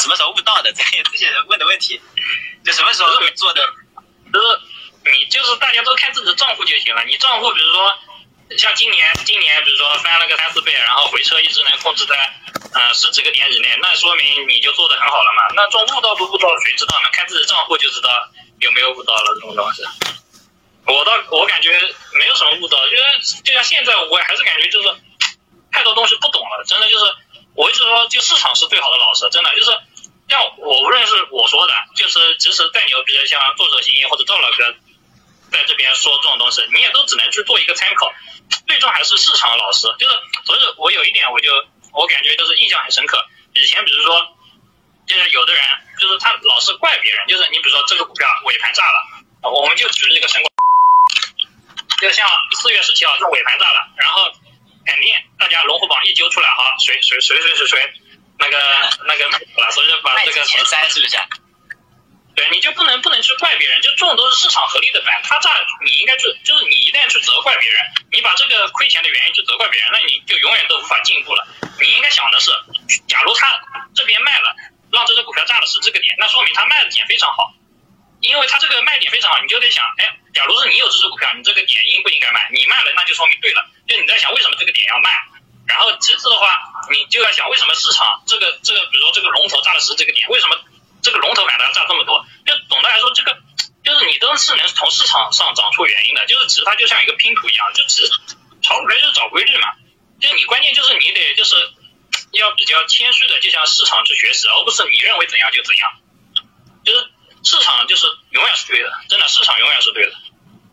什么时候悟到的？这些人问的问题，就什么时候做的？ 就是你就是大家都看自己的账户就行了。你账户比如说像今年比如说翻了个3-4倍，然后回车一直能控制在10几个点以内，那说明你就做得很好了嘛。那这种悟到不悟到谁知道呢？看自己的账户就知道有没有悟到了这种东西。我感觉没有什么悟到，就像现在我还是感觉就是太多东西不懂了，真的就是我一直说就市场是最好的老师，真的就是像我无论是我说的，就是即使再牛逼的像作者星或者赵老哥在这边说这种东西，你也都只能去做一个参考，最终还是市场老师。就是所以我有一点我感觉就是印象很深刻，以前比如说就是有的人就是他老是怪别人，就是你比如说这个股票尾盘炸了，我们就举了一个神股，就像4月17号这尾盘炸了，然后肯定大家龙虎榜一揪出来，好谁那个了，所以就把这个前3是不是？ 对，你就不能去怪别人，就这种都是市场合力的板，他炸你应该就是你一旦去责怪别人，你把这个亏钱的原因去责怪别人，那你就永远都无法进步了。你应该想的是，假如他这边卖了，让这只股票炸了10这个点，那说明他卖的点非常好，因为他这个卖点非常好，你就得想，哎，假如是你有这只股票，你这个点应不应该卖？你卖了，那就说明对了，就你在想为什么这个点要卖。然后其次的话，你就要想为什么市场这个比如说这个龙头炸了10这个点，为什么这个龙头板它要炸这么多？就总的来说，这个就是你都是能从市场上找出原因的，就是其实它就像一个拼图一样，就其实炒股票就是找规律嘛。就你关键就是你得就是要比较谦虚的就向市场去学习，而不是你认为怎样就怎样。就是市场就是永远是对的，真的市场永远是对的。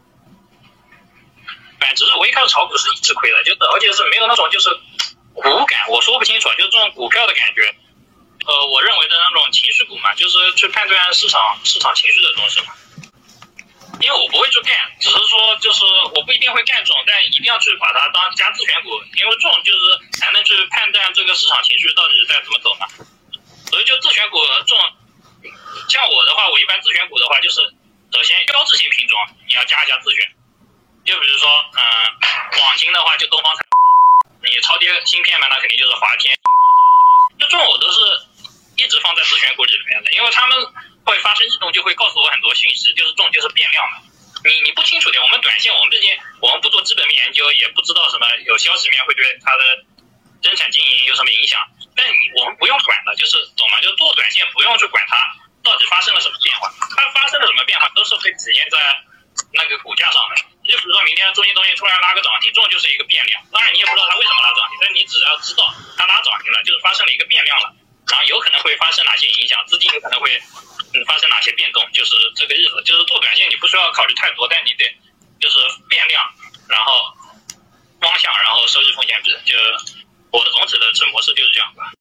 只是我一开始炒股是一直亏的，就是而且是没有那种就是股感，我说不清楚，就是这种股票的感觉。我认为的那种情绪股嘛，就是去判断市场情绪的东西嘛。因为我不会去干，只是说就是我不一定会干这种，但一定要去把它当加自选股，因为这种就是才能去判断这个市场情绪到底在怎么走嘛。所以就自选股这种，像我的话，我一般自选股的话，就是首先标志性品种你要加一下自选，就比如说网金的话就东方财，你超跌芯片嘛，那肯定就是华天，就这种我都是一直放在自选股里面的，因为他们会发生异动，就会告诉我很多讯息，就是这种就是变量嘛。你不清楚的，我们短线我们毕竟我们不做基本面研究，也不知道什么有消息面会对它的生产经营有什么影响，但我们不用管的，就是懂吗？就做短线不用去管它到底发生了什么变化，它发生了什么变化都是会体现在那个股价上的。就比如说明天中兴东西突然拉个涨停，这种就是一个变量，当然你也不知道它为什么拉涨停，但你只要知道它拉涨停了，就是发生了一个变量了，然后有可能会发生哪些影响，资金有可能会发生哪些变动，就是这个意思。就是做短线你不需要考虑太多，但你得就是变量，然后方向，然后收益风险比，就我的总体的模式就是这样吧。